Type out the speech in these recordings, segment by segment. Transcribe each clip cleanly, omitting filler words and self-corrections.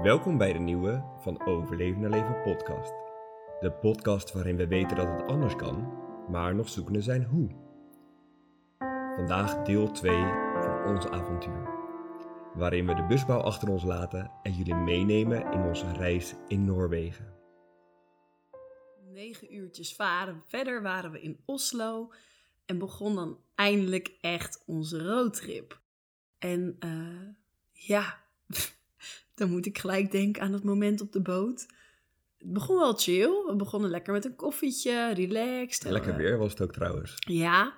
Welkom bij de nieuwe Van Overleven naar Leven podcast. De podcast waarin we weten dat het anders kan, maar nog zoekende zijn hoe. Vandaag deel 2 van ons avontuur. Waarin we de busbouw achter ons laten en jullie meenemen in onze reis in Noorwegen. 9 uurtjes varen verder waren we in Oslo en begon dan eindelijk echt onze roadtrip. En dan moet ik gelijk denken aan het moment op de boot. Het begon wel chill. We begonnen lekker met een koffietje, relaxed. Lekker weer was het ook trouwens. Ja.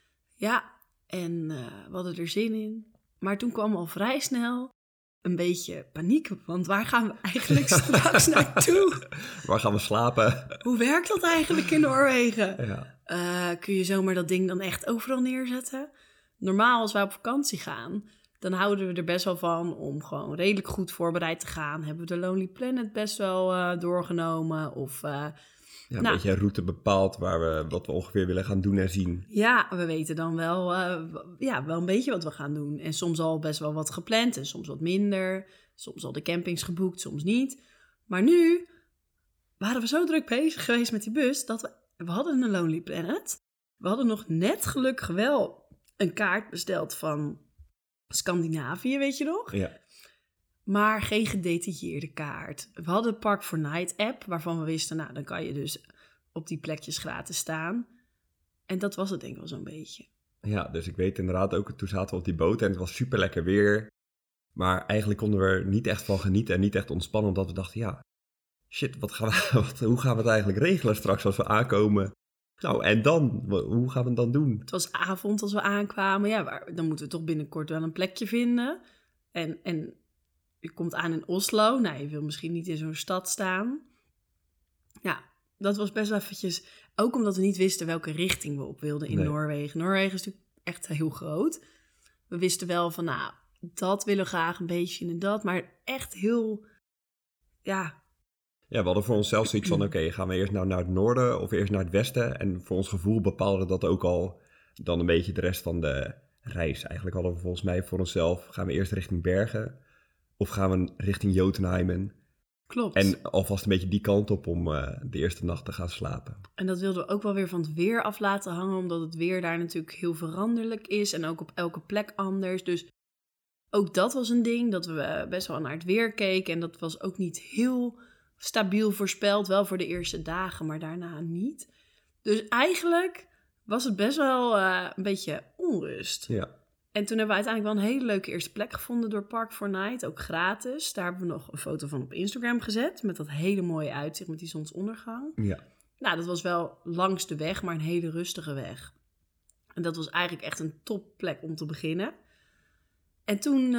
En we hadden er zin in. Maar toen kwam al vrij snel een beetje paniek. Want waar gaan we eigenlijk straks naartoe? Waar gaan we slapen? Hoe werkt dat eigenlijk in Noorwegen? Ja. Kun je zomaar dat ding dan echt overal neerzetten? Normaal als wij op vakantie gaan, dan houden we er best wel van om gewoon redelijk goed voorbereid te gaan. Hebben we de Lonely Planet best wel doorgenomen? Of Een beetje een route bepaald wat we ongeveer willen gaan doen en zien. Ja, we weten dan wel een beetje wat we gaan doen. En soms al best wel wat gepland en soms wat minder. Soms al de campings geboekt, soms niet. Maar nu waren we zo druk bezig geweest met die bus dat we hadden een Lonely Planet. We hadden nog net gelukkig wel een kaart besteld van Scandinavië, weet je nog? Ja. Maar geen gedetailleerde kaart. We hadden de Park4Night app, waarvan we wisten, dan kan je dus op die plekjes gratis staan. En dat was het denk ik wel zo'n beetje. Ja, dus ik weet inderdaad ook, toen zaten we op die boot en het was super lekker weer. Maar eigenlijk konden we er niet echt van genieten en niet echt ontspannen, omdat we dachten, hoe gaan we het eigenlijk regelen straks als we aankomen? Nou, en dan? Hoe gaan we het dan doen? Het was avond als we aankwamen. Ja, dan moeten we toch binnenkort wel een plekje vinden. En je komt aan in Oslo. Nou, je wil misschien niet in zo'n stad staan. Ja, dat was best wel eventjes. Ook omdat we niet wisten welke richting we op wilden in Noorwegen. Noorwegen is natuurlijk echt heel groot. We wisten wel van, dat willen we graag een beetje en dat. Maar echt heel, Ja, we hadden voor onszelf zoiets van, gaan we eerst nou naar het noorden of eerst naar het westen? En voor ons gevoel bepaalde dat ook al dan een beetje de rest van de reis. Eigenlijk hadden we volgens mij voor onszelf, gaan we eerst richting Bergen of gaan we richting Jotunheimen? Klopt. En alvast een beetje die kant op om de eerste nacht te gaan slapen. En dat wilden we ook wel weer van het weer af laten hangen, omdat het weer daar natuurlijk heel veranderlijk is en ook op elke plek anders. Dus ook dat was een ding, dat we best wel naar het weer keken en dat was ook niet heel stabiel voorspeld, wel voor de eerste dagen, maar daarna niet. Dus eigenlijk was het best wel een beetje onrust. Ja. En toen hebben we uiteindelijk wel een hele leuke eerste plek gevonden door Park4Night, ook gratis. Daar hebben we nog een foto van op Instagram gezet, met dat hele mooie uitzicht met die zonsondergang. Ja. Nou, dat was wel langs de weg, maar een hele rustige weg. En dat was eigenlijk echt een topplek om te beginnen. En toen,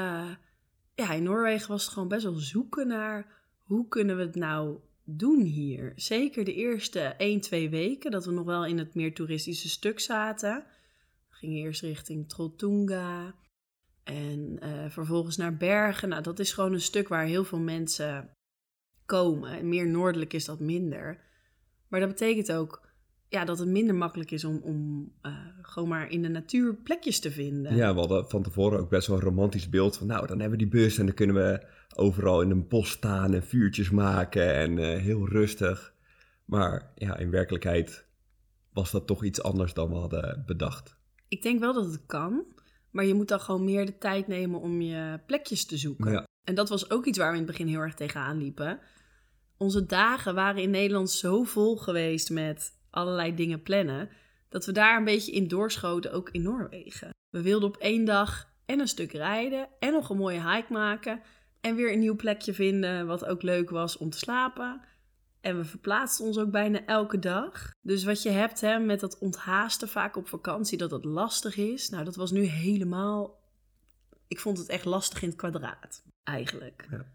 in Noorwegen was het gewoon best wel zoeken naar hoe kunnen we het nou doen hier. Zeker de eerste 1-2 weken, dat we nog wel in het meer toeristische stuk zaten. We gingen eerst richting Trolltunga en vervolgens naar Bergen. Nou, dat is gewoon een stuk waar heel veel mensen komen. En meer noordelijk is dat minder. Maar dat betekent ook dat het minder makkelijk is om gewoon maar in de natuur plekjes te vinden. Ja, we hadden van tevoren ook best wel een romantisch beeld van, dan hebben we die bus en dan kunnen we overal in een bos staan en vuurtjes maken en heel rustig. Maar in werkelijkheid was dat toch iets anders dan we hadden bedacht. Ik denk wel dat het kan, maar je moet dan gewoon meer de tijd nemen om je plekjes te zoeken. Ja. En dat was ook iets waar we in het begin heel erg tegenaan liepen. Onze dagen waren in Nederland zo vol geweest met allerlei dingen plannen, dat we daar een beetje in doorschoten, ook in Noorwegen. We wilden op 1 dag en een stuk rijden en nog een mooie hike maken en weer een nieuw plekje vinden wat ook leuk was om te slapen. En we verplaatsten ons ook bijna elke dag. Dus wat je hebt met dat onthaasten vaak op vakantie, dat het lastig is. Nou, dat was nu helemaal. Ik vond het echt lastig in het kwadraat, eigenlijk. Ja.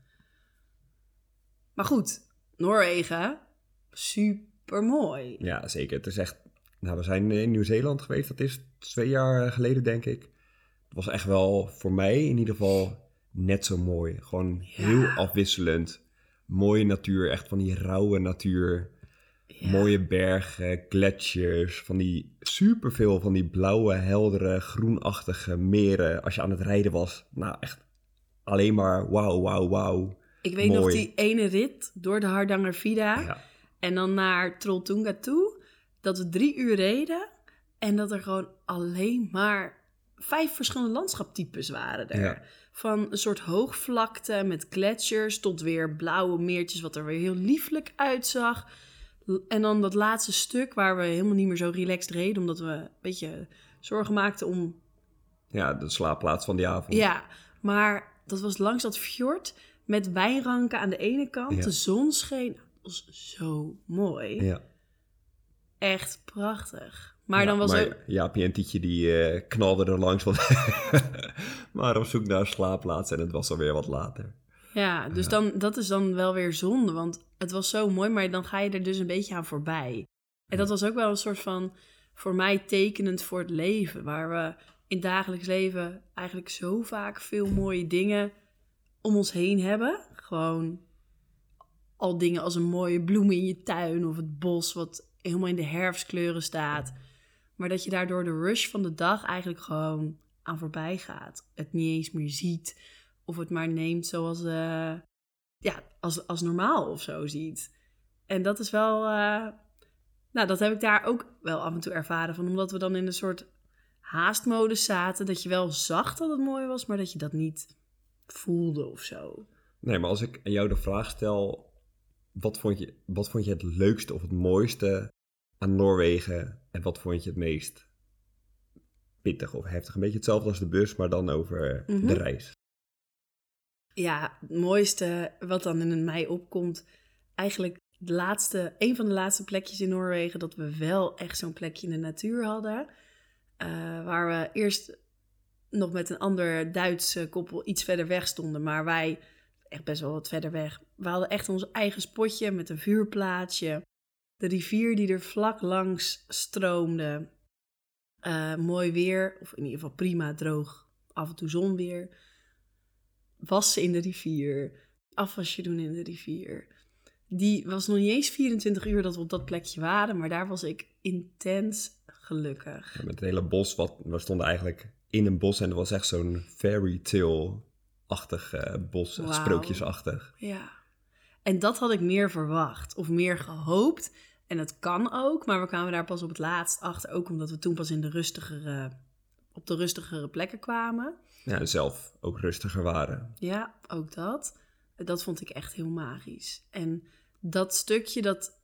Maar goed, Noorwegen, super mooi. Ja, zeker. Het is echt. We zijn in Nieuw-Zeeland geweest. Dat is 2 jaar geleden, denk ik. Het was echt wel voor mij in ieder geval net zo mooi. Gewoon heel afwisselend. Mooie natuur, echt van die rauwe natuur. Ja. Mooie bergen, gletsjers, van die superveel van die blauwe, heldere, groenachtige meren. Als je aan het rijden was, echt alleen maar wauw. Ik weet Mooi. nog die ene rit door de Hardangervidda Ja. en dan naar Trolltunga toe. Dat we 3 uur reden en dat er gewoon alleen maar 5 verschillende landschaptypes waren er. Ja. Van een soort hoogvlakte met gletsjers tot weer blauwe meertjes, wat er weer heel lieflijk uitzag. En dan dat laatste stuk waar we helemaal niet meer zo relaxed reden, omdat we een beetje zorgen maakten om... Ja, de slaapplaats van die avond. Ja, maar dat was langs dat fjord met wijnranken aan de ene kant. Ja. De zon scheen. Dat was zo mooi. Ja. Echt prachtig. Maar Ja, dan was maar ook... Jaapie en Tietje die knalden er langs. Want maar op zoek naar een slaapplaats en het was alweer wat later. Ja, dus dat is dan wel weer zonde. Want het was zo mooi, maar dan ga je er dus een beetje aan voorbij. En dat was ook wel een soort van, voor mij tekenend voor het leven. Waar we in het dagelijks leven eigenlijk zo vaak veel mooie dingen om ons heen hebben. Gewoon al dingen als een mooie bloem in je tuin of het bos wat helemaal in de herfstkleuren staat. Maar dat je daardoor de rush van de dag eigenlijk gewoon aan voorbij gaat. Het niet eens meer ziet of het maar neemt zoals als normaal of zo ziet. En dat is wel... dat heb ik daar ook wel af en toe ervaren van. Omdat we dan in een soort haastmodus zaten. Dat je wel zag dat het mooi was, maar dat je dat niet voelde of zo. Nee, maar als ik aan jou de vraag stel... Wat vond je het leukste of het mooiste aan Noorwegen? En wat vond je het meest pittig of heftig? Een beetje hetzelfde als de bus, maar dan over de reis. Ja, het mooiste wat dan in mij opkomt... Eigenlijk een van de laatste plekjes in Noorwegen... dat we wel echt zo'n plekje in de natuur hadden. Waar we eerst nog met een ander Duits koppel iets verder weg stonden. Maar wij echt best wel wat verder weg. We hadden echt ons eigen spotje met een vuurplaatsje. De rivier die er vlak langs stroomde. Mooi weer, of in ieder geval prima droog. Af en toe zon weer. Wassen in de rivier. Afwasje doen in de rivier. Die was nog niet eens 24 uur dat we op dat plekje waren. Maar daar was ik intens gelukkig. Ja, met het hele bos, we stonden eigenlijk in een bos en er was echt zo'n fairy tale-achtig bos, Wauw. sprookjesachtig. Ja. En dat had ik meer verwacht of meer gehoopt. En het kan ook, maar we kwamen daar pas op het laatst achter. Ook omdat we toen pas op de rustigere plekken kwamen. Ja, zelf ook rustiger waren. Ja, ook dat. Dat vond ik echt heel magisch. En dat stukje dat...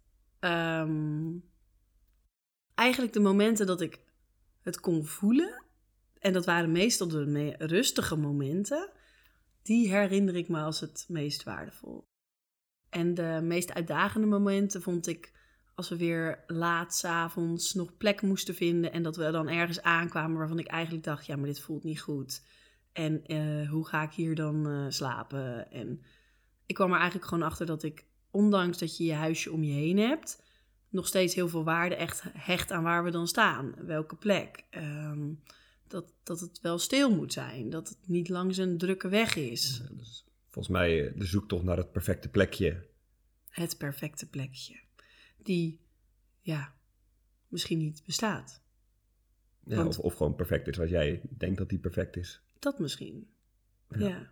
eigenlijk de momenten dat ik het kon voelen... en dat waren meestal de rustige momenten... die herinner ik me als het meest waardevol. En de meest uitdagende momenten vond ik... als we weer laat 's avonds nog plek moesten vinden... en dat we dan ergens aankwamen waarvan ik eigenlijk dacht... ja, maar dit voelt niet goed. En hoe ga ik hier dan slapen? En ik kwam er eigenlijk gewoon achter dat ik... ondanks dat je je huisje om je heen hebt... nog steeds heel veel waarde echt hecht aan waar we dan staan. Welke plek. Dat het wel stil moet zijn. Dat het niet langs een drukke weg is. Ja, dus volgens mij de zoektocht naar het perfecte plekje. Het perfecte plekje. Die, misschien niet bestaat. Ja, Want- of gewoon perfect is als jij denkt dat die perfect is. Dat misschien. Ja.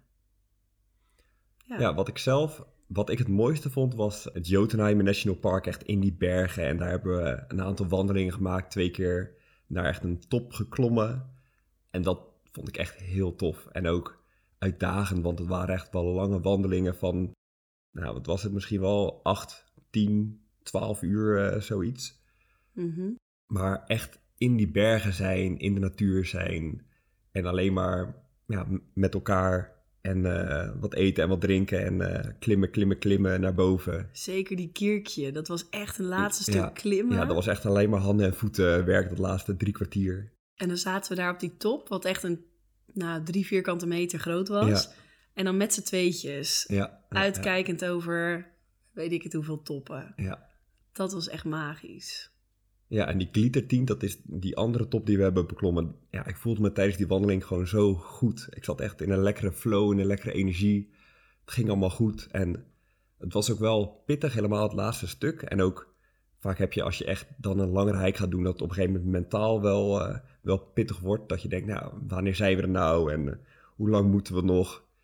Ja, wat ik het mooiste vond was het Jotunheimen National Park, echt in die bergen. En daar hebben we een aantal wandelingen gemaakt, 2 keer naar echt een top geklommen. En dat vond ik echt heel tof. En ook uitdagend, want het waren echt wel lange wandelingen van, wat was het, misschien wel 8, 10, 12 uur, zoiets. Mhm. Maar echt in die bergen zijn, in de natuur zijn en alleen maar met elkaar en wat eten en wat drinken en klimmen naar boven. Zeker die Kirkje. Dat was echt een laatste stuk Ja, klimmen. Ja, dat was echt alleen maar handen en voeten werk dat laatste 3 kwartier. En dan zaten we daar op die top, wat echt een 3 vierkante meter groot was. Ja. En dan met z'n tweetjes, Ja, uitkijkend over weet ik het hoeveel toppen. Ja. Dat was echt magisch. Ja, en die Glittertien, dat is die andere top die we hebben beklommen. Ja, ik voelde me tijdens die wandeling gewoon zo goed. Ik zat echt in een lekkere flow, in een lekkere energie. Het ging allemaal goed. En het was ook wel pittig, helemaal het laatste stuk. En ook vaak heb je, als je echt dan een langere hike gaat doen, dat het op een gegeven moment mentaal wel pittig wordt. Dat je denkt, wanneer zijn we er nou? En hoe lang moeten we nog?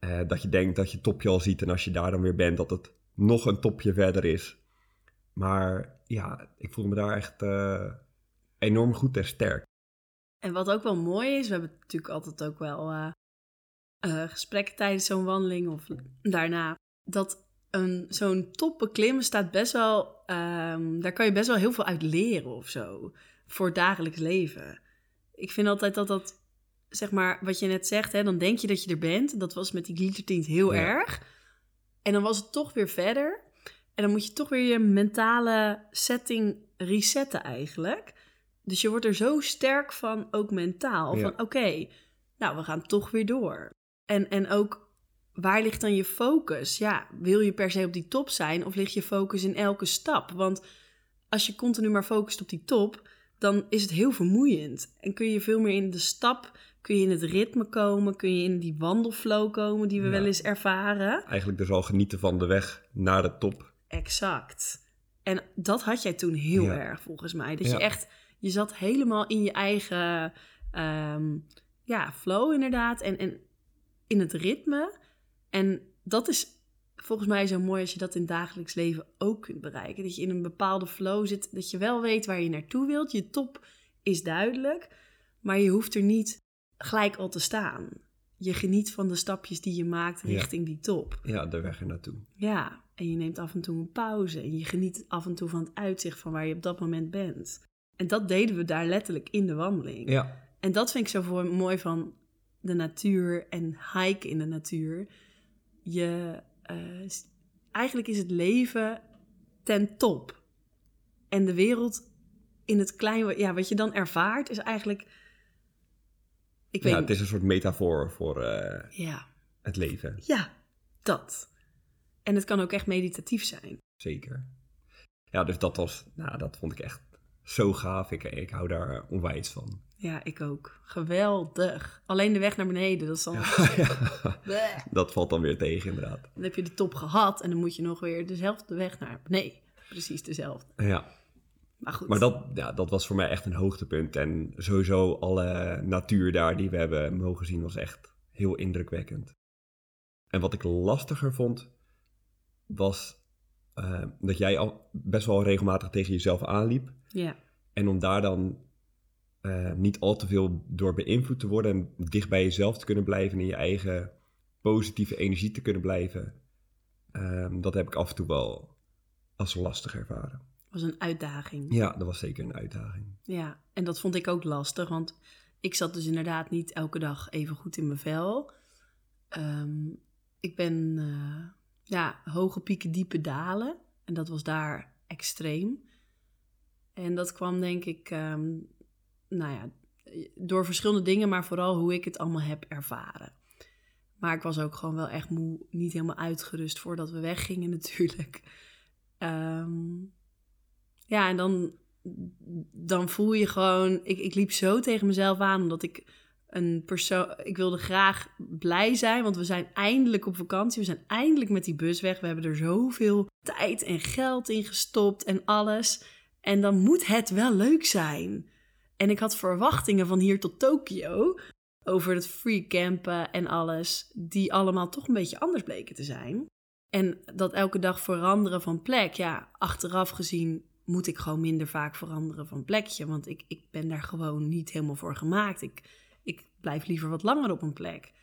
Dat je denkt dat je topje al ziet en als je daar dan weer bent, dat het nog een topje verder is. Maar ja, ik voelde me daar echt enorm goed en sterk. En wat ook wel mooi is, we hebben natuurlijk altijd ook wel gesprekken tijdens zo'n wandeling of daarna, dat zo'n top beklimmen staat best wel, daar kan je best wel heel veel uit leren of zo, voor het dagelijks leven. Ik vind altijd dat, zeg maar, wat je net zegt, hè, dan denk je dat je er bent. Dat was met die glittertint heel erg. En dan was het toch weer verder. En dan moet je toch weer je mentale setting resetten eigenlijk. Dus je wordt er zo sterk van, ook mentaal. Van oké, nou, we gaan toch weer door. En ook, waar ligt dan je focus? Ja, wil je per se op die top zijn of ligt je focus in elke stap? Want als je continu maar focust op die top, dan is het heel vermoeiend. En kun je veel meer in de stap, kun je in het ritme komen, kun je in die wandelflow komen die we wel eens ervaren. Eigenlijk dus al genieten van de weg naar de top. Exact. En dat had jij toen heel erg, volgens mij. Dat je echt, je zat helemaal in je eigen flow inderdaad. En in het ritme. En dat is volgens mij zo mooi als je dat in het dagelijks leven ook kunt bereiken. Dat je in een bepaalde flow zit, dat je wel weet waar je naartoe wilt. Je top is duidelijk, maar je hoeft er niet gelijk al te staan. Je geniet van de stapjes die je maakt richting die top. Ja, de weg er naartoe. Ja, en je neemt af en toe een pauze. En je geniet af en toe van het uitzicht van waar je op dat moment bent. En dat deden we daar letterlijk in de wandeling. Ja. En dat vind ik zo mooi van de natuur en hiken in de natuur. Eigenlijk is het leven ten top. En de wereld in het klein, wat je dan ervaart, is eigenlijk... Het is een soort metafoor voor het leven. Ja, dat. En het kan ook echt meditatief zijn. Zeker. Ja, dus dat vond ik echt zo gaaf. Ik hou daar onwijs van. Ja, ik ook. Geweldig. Alleen de weg naar beneden, dat is dan... Dat valt dan weer tegen, inderdaad. Dan heb je de top gehad en dan moet je nog weer dezelfde weg naar beneden. Precies dezelfde. Ja. Maar goed. Maar dat was voor mij echt een hoogtepunt. En sowieso alle natuur daar die we hebben mogen zien was echt heel indrukwekkend. En wat ik lastiger vond, was dat jij al best wel regelmatig tegen jezelf aanliep. Ja. En om daar dan niet al te veel door beïnvloed te worden en dicht bij jezelf te kunnen blijven en in je eigen positieve energie te kunnen blijven. Dat heb ik af en toe wel als lastig ervaren. Dat was een uitdaging. Ja, dat was zeker een uitdaging. Ja, en dat vond ik ook lastig, want ik zat dus inderdaad niet elke dag even goed in mijn vel. Ik ben hoge pieken, diepe dalen. En dat was daar extreem. En dat kwam denk ik, door verschillende dingen, maar vooral hoe ik het allemaal heb ervaren. Maar ik was ook gewoon wel echt moe, niet helemaal uitgerust voordat we weggingen natuurlijk. En dan voel je gewoon... Ik liep zo tegen mezelf aan, omdat ik ik wilde graag blij zijn, want we zijn eindelijk op vakantie. We zijn eindelijk met die bus weg. We hebben er zoveel tijd en geld in gestopt en alles. En dan moet het wel leuk zijn. En ik had verwachtingen van hier tot Tokio over het free campen en alles, die allemaal toch een beetje anders bleken te zijn. En dat elke dag veranderen van plek, achteraf gezien moet ik gewoon minder vaak veranderen van plekje, want ik ben daar gewoon niet helemaal voor gemaakt. Ik blijf liever wat langer op een plek.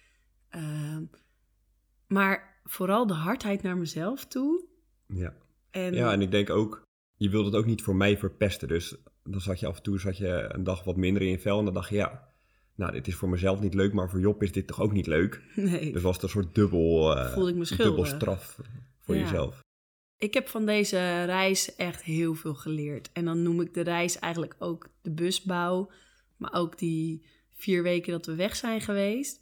Maar vooral de hardheid naar mezelf toe. Ja. En ik denk ook, je wilt het ook niet voor mij verpesten. Dus dan zat je af en toe een dag wat minder in je vel en dan dacht je, dit is voor mezelf niet leuk, maar voor Job is dit toch ook niet leuk? Nee. Dus was het een soort dubbel straf voor jezelf. Ik heb van deze reis echt heel veel geleerd. En dan noem ik de reis eigenlijk ook de busbouw, maar ook die 4 weken dat we weg zijn geweest.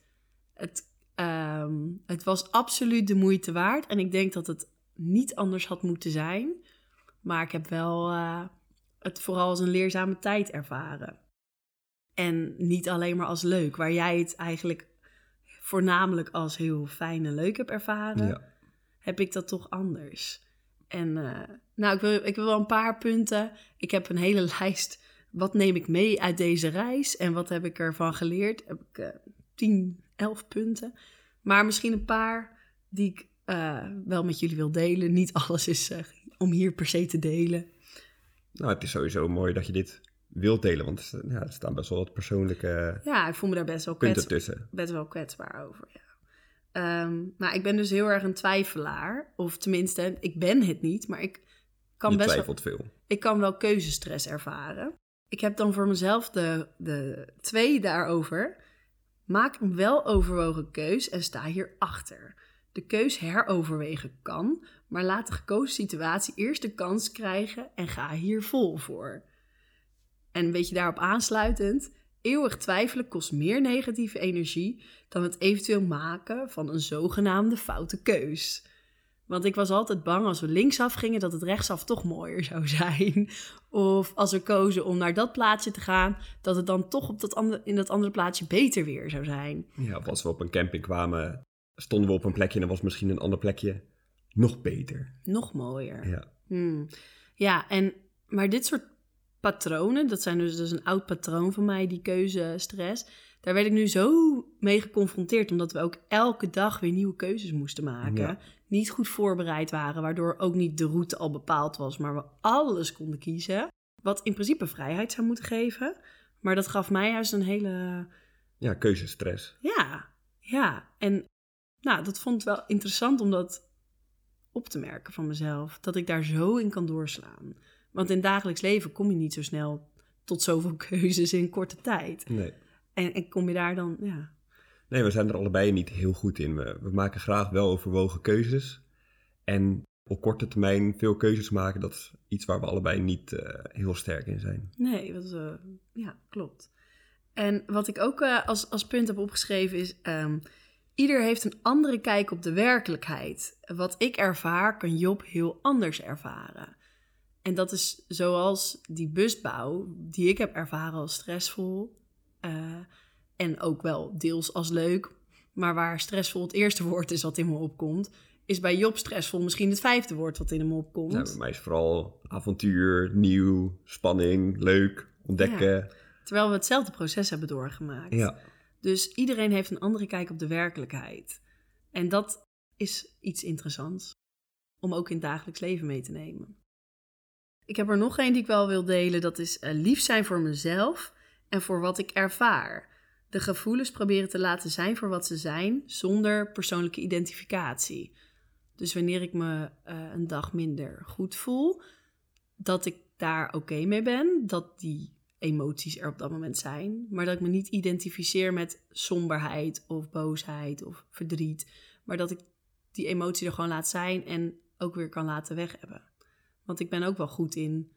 Het was absoluut de moeite waard. En ik denk dat het niet anders had moeten zijn. Maar ik heb wel het vooral als een leerzame tijd ervaren. En niet alleen maar als leuk. Waar jij het eigenlijk voornamelijk als heel fijn en leuk hebt ervaren, heb ik dat toch anders. En ik wil wel een paar punten. Ik heb een hele lijst. Wat neem ik mee uit deze reis? En wat heb ik ervan geleerd? Heb ik 10, 11 punten. Maar misschien een paar die ik wel met jullie wil delen. Niet alles is om hier per se te delen. Nou, het is sowieso mooi dat je dit wilt delen, want er staan best wel wat persoonlijke Ja, ik voel me daar punten tussen. best wel kwetsbaar over, ja. Nou, ik ben dus heel erg een twijfelaar. Of tenminste, ik ben het niet, maar ik kan Je best twijfelt veel. Ik kan wel keuzestress ervaren. Ik heb dan voor mezelf de 2 daarover. Maak een weloverwogen keus en sta hierachter. De keus heroverwegen kan, maar laat de gekozen situatie eerst de kans krijgen en ga hier vol voor. En een beetje daarop aansluitend, eeuwig twijfelen kost meer negatieve energie dan het eventueel maken van een zogenaamde foute keus. Want ik was altijd bang als we linksaf gingen dat het rechtsaf toch mooier zou zijn. Of als we kozen om naar dat plaatsje te gaan, dat het dan toch in dat andere plaatsje beter weer zou zijn. Ja, of als we op een camping kwamen, stonden we op een plekje en dan was misschien een ander plekje nog beter. Nog mooier. Ja. Ja, maar dit soort patronen, dat zijn dus een oud patroon van mij, die keuzestress. Daar werd ik nu zo mee geconfronteerd, omdat we ook elke dag weer nieuwe keuzes moesten maken. Ja. Niet goed voorbereid waren, waardoor ook niet de route al bepaald was, maar we alles konden kiezen. Wat in principe vrijheid zou moeten geven. Maar dat gaf mij juist een hele... Ja, keuzestress. Ja. En nou, dat vond ik wel interessant om dat op te merken van mezelf. Dat ik daar zo in kan doorslaan. Want in het dagelijks leven kom je niet zo snel tot zoveel keuzes in korte tijd. Nee. En kom je daar dan, ja... Nee, we zijn er allebei niet heel goed in. We maken graag wel overwogen keuzes. En op korte termijn veel keuzes maken, dat is iets waar we allebei niet heel sterk in zijn. Nee, ja, klopt. En wat ik ook als punt heb opgeschreven is... ieder heeft een andere kijk op de werkelijkheid. Wat ik ervaar, kan Job heel anders ervaren. En dat is zoals die busbouw, die ik heb ervaren als stressvol... en ook wel deels als leuk. Maar waar stressvol het eerste woord is wat in me opkomt... is bij Job stressvol misschien het 5e woord wat in hem opkomt. Nou, bij mij is vooral avontuur, nieuw, spanning, leuk, ontdekken. Ja, terwijl we hetzelfde proces hebben doorgemaakt. Ja. Dus iedereen heeft een andere kijk op de werkelijkheid. En dat is iets interessants om ook in het dagelijks leven mee te nemen. Ik heb er nog één die ik wel wil delen. Dat is lief zijn voor mezelf en voor wat ik ervaar. De gevoelens proberen te laten zijn voor wat ze zijn, zonder persoonlijke identificatie. Dus wanneer ik me een dag minder goed voel, dat ik daar oké mee ben, dat die emoties er op dat moment zijn, maar dat ik me niet identificeer met somberheid of boosheid of verdriet, maar dat ik die emotie er gewoon laat zijn en ook weer kan laten weg hebben. Want ik ben ook wel goed in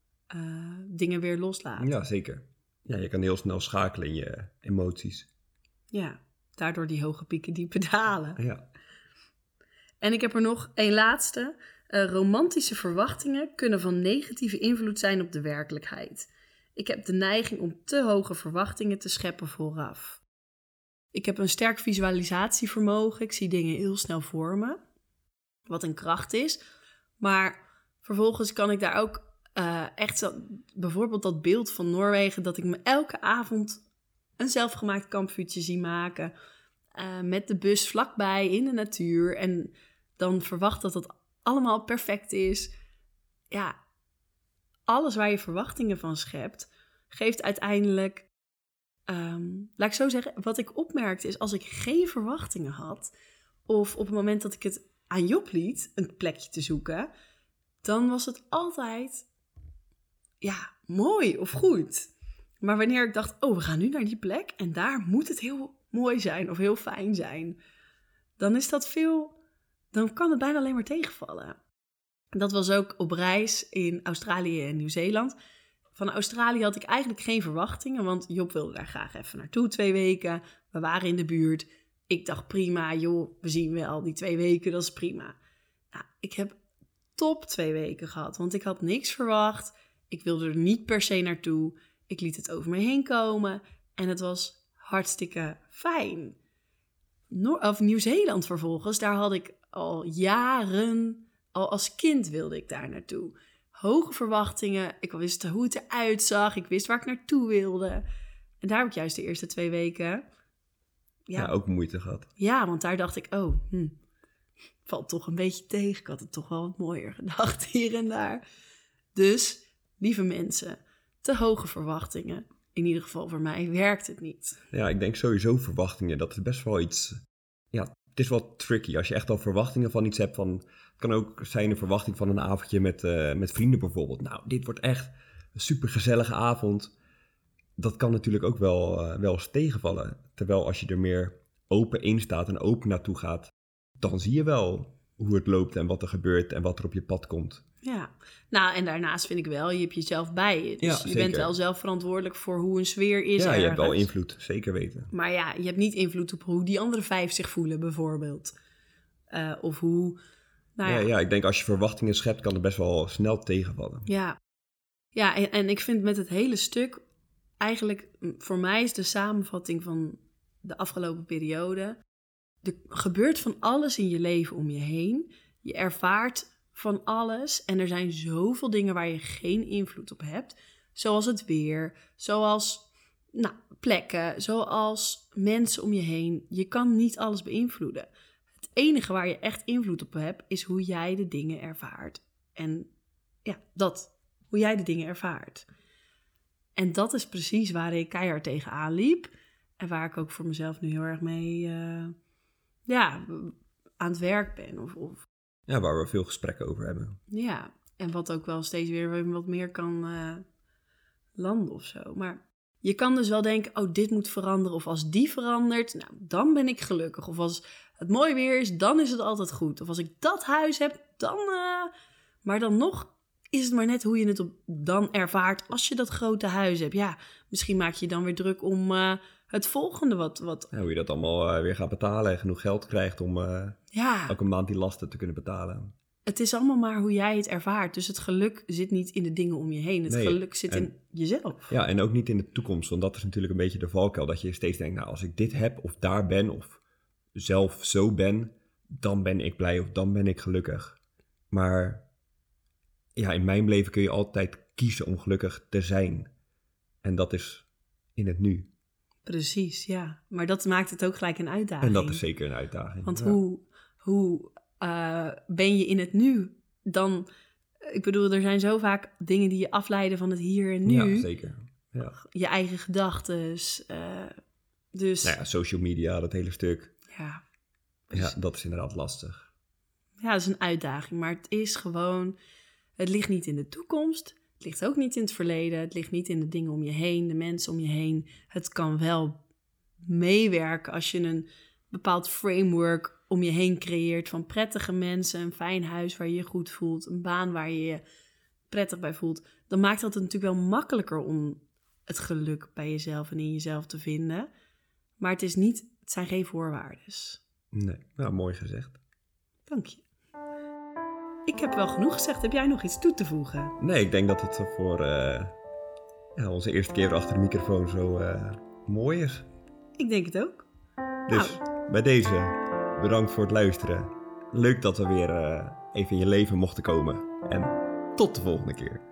dingen weer loslaten. Ja, zeker. Ja, je kan heel snel schakelen in je emoties. Ja, daardoor die hoge pieken, diepe dalen. Ja. En ik heb er nog één laatste. Romantische verwachtingen kunnen van negatieve invloed zijn op de werkelijkheid. Ik heb de neiging om te hoge verwachtingen te scheppen vooraf. Ik heb een sterk visualisatievermogen. Ik zie dingen heel snel voor me. Wat een kracht is. Maar vervolgens kan ik daar ook echt zo, bijvoorbeeld dat beeld van Noorwegen, dat ik me elke avond een zelfgemaakt kampvuurtje zie maken. Met de bus vlakbij in de natuur. En dan verwacht dat het allemaal perfect is. Ja, alles waar je verwachtingen van schept, geeft uiteindelijk... laat ik zo zeggen, wat ik opmerkte is, als ik geen verwachtingen had, of op het moment dat ik het aan Job liet, een plekje te zoeken, dan was het altijd, ja, mooi of goed. Maar wanneer ik dacht, oh, we gaan nu naar die plek en daar moet het heel mooi zijn of heel fijn zijn, dan is dat dan kan het bijna alleen maar tegenvallen. Dat was ook op reis in Australië en Nieuw-Zeeland. Van Australië had ik eigenlijk geen verwachtingen, want Job wilde daar graag even naartoe 2 weken. We waren in de buurt. Ik dacht, prima, joh, we zien wel die 2 weken, dat is prima. Nou, ik heb top 2 weken gehad, want ik had niks verwacht. Ik wilde er niet per se naartoe. Ik liet het over me heen komen en het was hartstikke fijn. Nieuw-Zeeland vervolgens, daar had ik al jaren, al als kind wilde ik daar naartoe. Hoge verwachtingen, ik wist hoe het eruit zag, ik wist waar ik naartoe wilde. En daar heb ik juist de eerste 2 weken Ja, ook moeite gehad. Ja, want daar dacht ik, valt toch een beetje tegen. Ik had het toch wel wat mooier gedacht hier en daar. Dus, lieve mensen, te hoge verwachtingen. In ieder geval voor mij werkt het niet. Ja, ik denk sowieso verwachtingen, dat is best wel iets... Ja, het is wel tricky. Als je echt al verwachtingen van iets hebt van... Het kan ook zijn een verwachting van een avondje met vrienden bijvoorbeeld. Nou, dit wordt echt een supergezellige avond. Dat kan natuurlijk ook wel eens tegenvallen. Terwijl als je er meer open in staat en open naartoe gaat... dan zie je wel hoe het loopt en wat er gebeurt en wat er op je pad komt. Ja, nou en daarnaast vind ik wel, je hebt jezelf bij je. Dus je bent wel zelf verantwoordelijk voor hoe een sfeer is. Ja, je hebt wel invloed, zeker weten. Maar ja, je hebt niet invloed op hoe die andere 5 zich voelen bijvoorbeeld. Of hoe... Ja, ik denk als je verwachtingen schept, kan het best wel snel tegenvallen. Ja, en ik vind met het hele stuk... Eigenlijk, voor mij is de samenvatting van de afgelopen periode... Er gebeurt van alles in je leven om je heen. Je ervaart van alles. En er zijn zoveel dingen waar je geen invloed op hebt. Zoals het weer, zoals plekken, zoals mensen om je heen. Je kan niet alles beïnvloeden. Het enige waar je echt invloed op hebt, is hoe jij de dingen ervaart. En ja, hoe jij de dingen ervaart. En dat is precies waar ik keihard tegenaan liep. En waar ik ook voor mezelf nu heel erg mee aan het werk ben. Ja, waar we veel gesprekken over hebben. Ja, en wat ook wel steeds weer wat meer kan landen of zo. Maar je kan dus wel denken, dit moet veranderen. Of als die verandert, dan ben ik gelukkig. Of als het mooi weer is, dan is het altijd goed. Of als ik dat huis heb, dan... Maar dan nog is het maar net hoe je het dan ervaart als je dat grote huis hebt. Ja, misschien maak je dan weer druk om het volgende wat... Ja, hoe je dat allemaal weer gaat betalen en genoeg geld krijgt om elke maand die lasten te kunnen betalen. Het is allemaal maar hoe jij het ervaart. Dus het geluk zit niet in de dingen om je heen. Het geluk zit in jezelf. Ja, en ook niet in de toekomst. Want dat is natuurlijk een beetje de valkuil. Dat je steeds denkt, als ik dit heb of daar ben of zelf zo ben, dan ben ik blij of dan ben ik gelukkig. Maar ja, in mijn leven kun je altijd kiezen om gelukkig te zijn. En dat is in het nu. Precies, ja. Maar dat maakt het ook gelijk een uitdaging. En dat is zeker een uitdaging. Want hoe ben je in het nu? Dan, ik bedoel, er zijn zo vaak dingen die je afleiden van het hier en nu. Ja, zeker. Ja. Je eigen gedachten. Dus... Nou ja, social media, dat hele stuk. Ja. Ja, dat is inderdaad lastig. Ja, dat is een uitdaging. Maar het is gewoon... Het ligt niet in de toekomst. Het ligt ook niet in het verleden. Het ligt niet in de dingen om je heen, de mensen om je heen. Het kan wel meewerken als je een bepaald framework om je heen creëert van prettige mensen, een fijn huis waar je je goed voelt, een baan waar je je prettig bij voelt. Dan maakt dat het natuurlijk wel makkelijker om het geluk bij jezelf en in jezelf te vinden. Maar het zijn geen voorwaarden. Nee, nou, mooi gezegd. Dank je. Ik heb wel genoeg gezegd. Heb jij nog iets toe te voegen? Nee, ik denk dat het voor onze eerste keer achter de microfoon zo mooi is. Ik denk het ook. Dus bij deze, bedankt voor het luisteren. Leuk dat we weer even in je leven mochten komen. En tot de volgende keer.